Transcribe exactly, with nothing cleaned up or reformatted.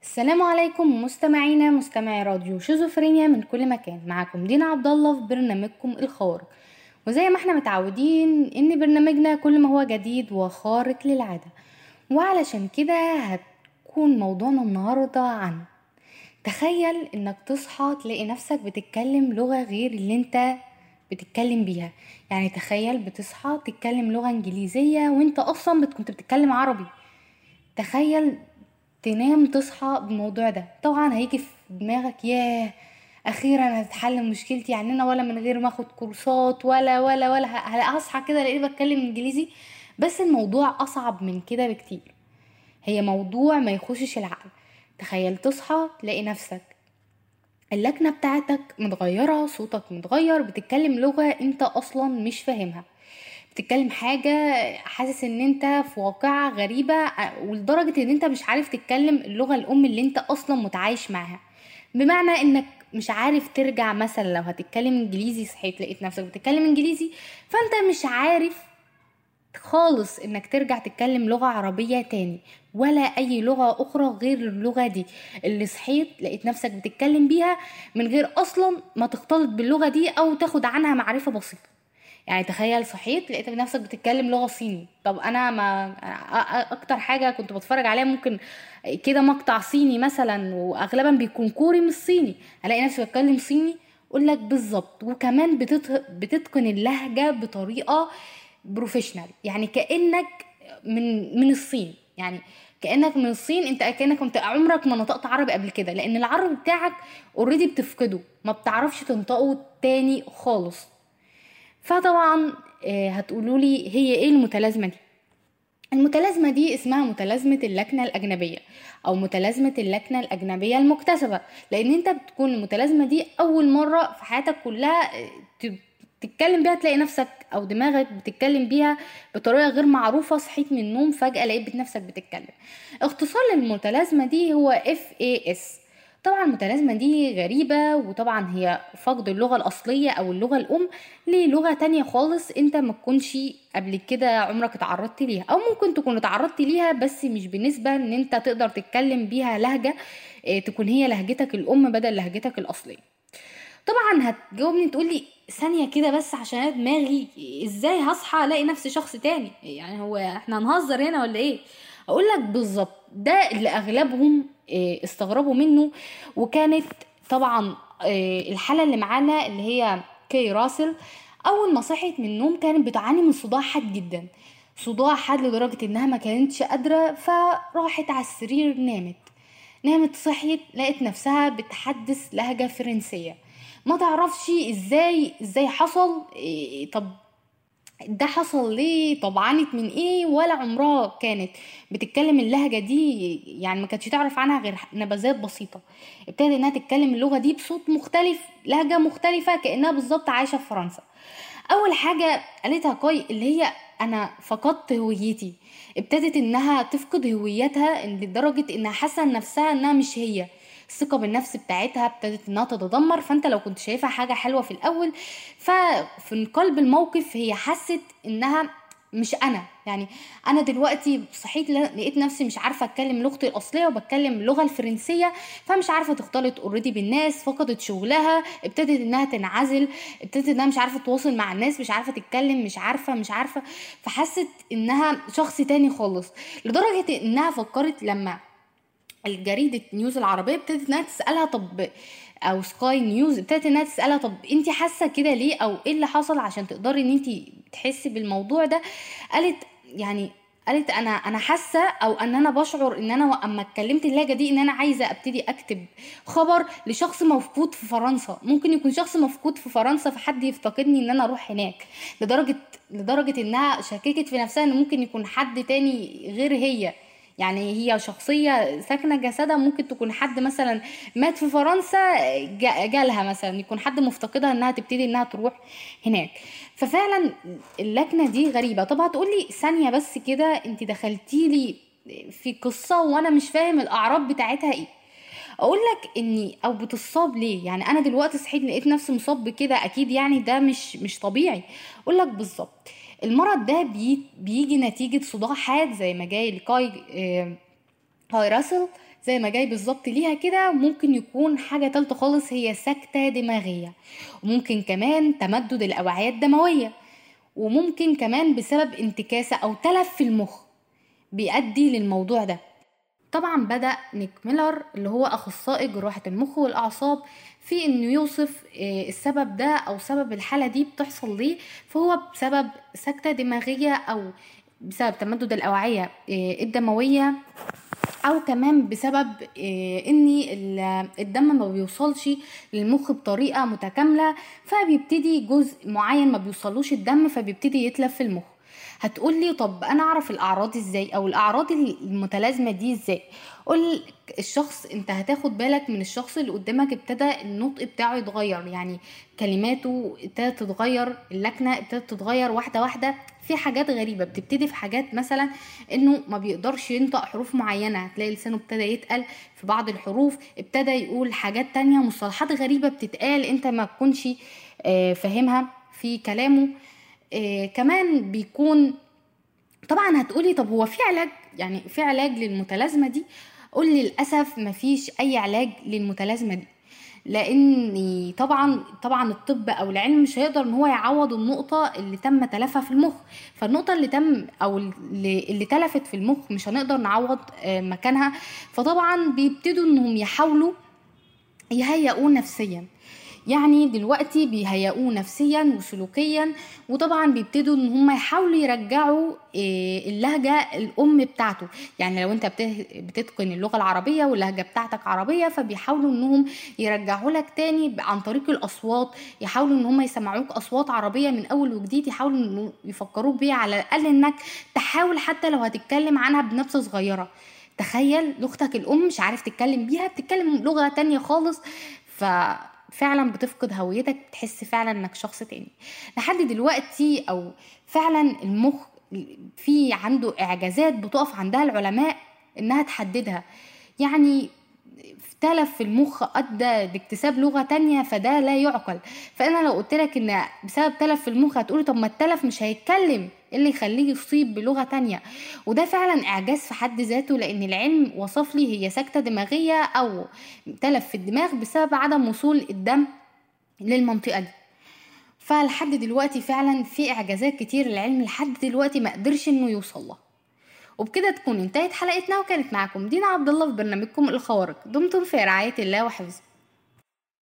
السلام عليكم مستمعينا مستمعي راديو شيزوفرينيا من كل مكان. معاكم دينا عبد الله في برنامجكم الخارق. وزي ما احنا متعودين ان برنامجنا كل ما هو جديد وخارق للعادة، وعلشان كده هتكون موضوعنا النهاردة عن تخيل انك تصحى تلاقي نفسك بتتكلم لغة غير اللي انت بتتكلم بيها. يعني تخيل بتصحى تتكلم لغة انجليزية وانت اصلا بت- كنت بتتكلم عربي. تخيل تنام تصحى بالموضوع ده، طبعا هيجي في دماغك ياه اخيرا هتتحل مشكلتي، يعني انا ولا من غير ما اخد كورسات ولا ولا ولا ه- هصحى كده الاقيني بتكلم انجليزي. بس الموضوع اصعب من كده بكتير، هي موضوع ما يخشش العقل. تخيل تصحى تلاقي نفسك اللكنة بتاعتك متغيرة، صوتك متغير، بتتكلم لغة انت اصلا مش فاهمها، بتتكلم حاجة حاسس ان انت في واقعة غريبة، ولدرجة ان انت مش عارف تتكلم اللغة الام اللي انت اصلا متعايش معاها. بمعنى انك مش عارف ترجع، مثلا لو هتتكلم انجليزي صحيت لقيت نفسك بتتكلم انجليزي، فانت مش عارف خالص انك ترجع تتكلم لغة عربية تاني ولا اي لغة اخرى غير اللغة دي اللي صحيت لقيت نفسك بتتكلم بيها، من غير اصلا ما تختلط باللغة دي او تاخد عنها معرفة بسيطة. يعني تخيل صحيت لقيت نفسك بتتكلم لغة صيني. طب انا ما أ- أ- اكتر حاجة كنت بتفرج عليها ممكن كده مقطع صيني مثلا، واغلبا بيكون كوري مش صيني، الاقي نفسي بتكلم صيني. اقول لك بالظبط، وكمان بتت... بتتقن اللهجة بطريقة بروفيشنال، يعني كأنك من من الصين. يعني كأنك من الصين، انت كأنك كنت عمرك ما نطقت عربي قبل كده، لان العربي بتاعك اوريدي بتفقده، ما بتعرفش تنطقه تاني خالص. فطبعا آه، هتقولوا لي هي ايه المتلازمه دي؟ المتلازمه دي اسمها متلازمه اللكنه الاجنبيه، او متلازمه اللكنه الاجنبيه المكتسبه، لان انت بتكون المتلازمه دي اول مره في حياتك كلها آه، ت- تتكلم بيها، تلاقي نفسك او دماغك بتتكلم بيها بطريقه غير معروفه. صحيت من النوم فجاه لقيت نفسك بتتكلم. اختصار للمتلازمه دي هو اف اي اس. طبعا المتلازمة دي غريبة، وطبعا هي فقد اللغة الأصلية أو اللغة الأم للغة تانية خالص انت ما تكونش قبل كده عمرك اتعرضت ليها، او ممكن تكون اتعرضت ليها بس مش بنسبة ان انت تقدر تتكلم بيها لهجة اه، تكون هي لهجتك الأم بدل لهجتك الأصلية. طبعا هتجاوبني تقولي ثانية كده بس عشان أنا دماغي ازاي هصحى الاقي نفسي شخص تاني؟ يعني هو احنا هنهزر هنا ولا ايه؟ اقول لك بالظبط، ده اللي اغلبهم اه، استغربوا منه. وكانت طبعا اه، الحالة اللي معانا اللي هي كي راسل، اول ما صحيت من النوم كانت بتعاني من صداع حاد جدا، صداع حاد لدرجة انها ما كانتش قادرة، فراحت على السرير نامت. نامت صحيت لقيت نفسها بتحدث لهجة فرنسية، ما تعرفش ازاي ازاي حصل إيه. طب ده حصل ليه؟ طب عانت من ايه؟ ولا عمرها كانت بتتكلم اللهجة دي، يعني ما كانتش تعرف عنها غير نبذات بسيطة. ابتدت انها تتكلم اللغة دي بصوت مختلف، لهجة مختلفة، كأنها بالظبط عايشة في فرنسا. اول حاجة قالتها كاي اللي هي انا فقدت هويتي. ابتدت انها تفقد هويتها لدرجة انها حاسة نفسها انها مش هي. الثقة بالنفس بتاعتها ابتدت انها تتدمر. فانت لو كنت شايفها حاجة حلوة في الاول، ففي قلب الموقف هي حست انها مش انا. يعني انا دلوقتي صحيت لقيت نفسي مش عارفه اتكلم لغتي الاصليه وبتكلم اللغه الفرنسيه، فمش عارفه تختلط اوريدي بالناس، فقدت شغلها، ابتدت انها تنعزل، ابتدت انها مش عارفه تتواصل مع الناس، مش عارفه تتكلم، مش عارفه مش عارفه فحست انها شخص تاني خالص. لدرجه انها فكرت لما الجريدة نيوز العربية ابتدت انها تسألها طب، او سكاي نيوز ابتدت انها تسألها طب انتي حاسة كده ليه، او ايه اللي حصل عشان تقدري ان انتي تحسي بالموضوع ده؟ قالت يعني قالت انا انا حاسه، او ان انا بشعر ان انا اما اتكلمت اللهجه دي ان انا عايزه ابتدي اكتب خبر لشخص مفقود في فرنسا. ممكن يكون شخص مفقود في فرنسا فحد يفتقدني ان انا اروح هناك. لدرجه لدرجه انها شككت في نفسها ان ممكن يكون حد تاني غير هي. يعني هي شخصية ساكنة جسدها، ممكن تكون حد مثلا مات في فرنسا، جا- جالها مثلا يكون حد مفتقدها انها تبتدي انها تروح هناك. ففعلا اللكنة دي غريبة. طب هتقولي ثانية بس كده، انت دخلتي لي في قصة وانا مش فاهم الاعراض بتاعتها ايه. اقول لك اني او بتصاب ليه، يعني انا دلوقتي صحيت لقيت نفسي مصاب بكده، اكيد يعني ده مش مش طبيعي. اقول لك بالظبط، المرض ده بي بيجي نتيجة صداع حاد زي ما جاي لكاي آه، هاي راسل زي ما جاي بالظبط ليها كده. ممكن يكون حاجة تالتة خالص هي سكتة دماغية، وممكن كمان تمدد الأوعية الدموية، وممكن كمان بسبب انتكاسة أو تلف في المخ بيؤدي للموضوع ده. طبعا بدأ نيك ميلر اللي هو أخصائي جراحة المخ والأعصاب في إنه يوصف آه، السبب ده أو سبب الحالة دي بتحصل ليه. فهو بسبب سكتة دماغية أو بسبب تمدد الأوعية آه، الدموية، او كمان بسبب آه، ان ال- الدم ما بيوصلش للمخ بطريقة متكاملة، فبيبتدي جزء معين ما بيوصلوش الدم فبيبتدي يتلف في المخ. هتقولي طب انا اعرف الاعراض ازاي او الاعراض المتلازمة دي ازاي؟ قول الشخص، انت هتاخد بالك من الشخص اللي قدامك ابتدى النطق بتاعه يتغير، يعني كلماته ابتدت تتغير، اللكنة ابتدت تتغير واحدة واحدة. في حاجات غريبة بتبتدي، في حاجات مثلا انه ما بيقدرش ينطق حروف معينة، هتلاقي لسانه ابتدى يتقل في بعض الحروف، ابتدى يقول حاجات تانية، مصطلحات غريبة بتتقال انت ما تكونش آه، فاهمها في كلامه. آه، كمان بيكون، طبعا هتقولي طب هو في علاج؟ يعني في علاج للمتلازمة دي؟ قول لي للأسف مفيش أي علاج للمتلازمة دي، لان طبعا طبعا الطب او العلم مش هيقدر ان هو يعوض النقطه اللي تم تلفها في المخ. فالنقطه اللي تم او اللي, اللي تلفت في المخ مش هنقدر نعوض آه، مكانها. فطبعا بيبتدوا انهم يحاولوا يهيئوه نفسيا، يعني دلوقتي بيهيئوه نفسيا وسلوكيا. وطبعا بيبتدوا ان هم يحاولوا يرجعوا إيه، اللهجة الام بتاعته. يعني لو انت بته- بتتقن اللغة العربية واللهجة بتاعتك عربية، فبيحاولوا انهم يرجعوا لك تاني ب- عن طريق الاصوات، يحاولوا ان هم يسمعوك اصوات عربية من اول وجديد، يحاولوا انه يفكروك بيها على الاقل انك تحاول حتى لو هتتكلم عنها بنبذة صغيرة. تخيل لغتك الام مش عارف تتكلم بيها، بتتكلم لغة تانية خالص. ففعلا بتفقد هويتك، بتحس فعلا انك شخص تاني. لحد دلوقتي او فعلا المخ في عنده اعجازات بتقف عندها العلماء انها تحددها. يعني تلف في المخ ادى لاكتساب لغة تانية، فده لا يعقل. فانا لو قلت لك ان بسبب تلف في المخ هتقولي طب ما التلف مش هيتكلم، ايه اللي يخليه يصيب بلغة تانية؟ وده فعلا اعجاز في حد ذاته، لان العلم وصف لي هي سكتة دماغية او تلف في الدماغ بسبب عدم وصول الدم للمنطقة دي. فلحد دلوقتي فعلا في اعجازات كتير العلم لحد دلوقتي ما قدرش انه يوصل لها. وبكده تكون انتهت حلقتنا، وكانت معكم دينا عبد الله في برنامجكم الخوارق. دمتم في رعاية الله وحفظه.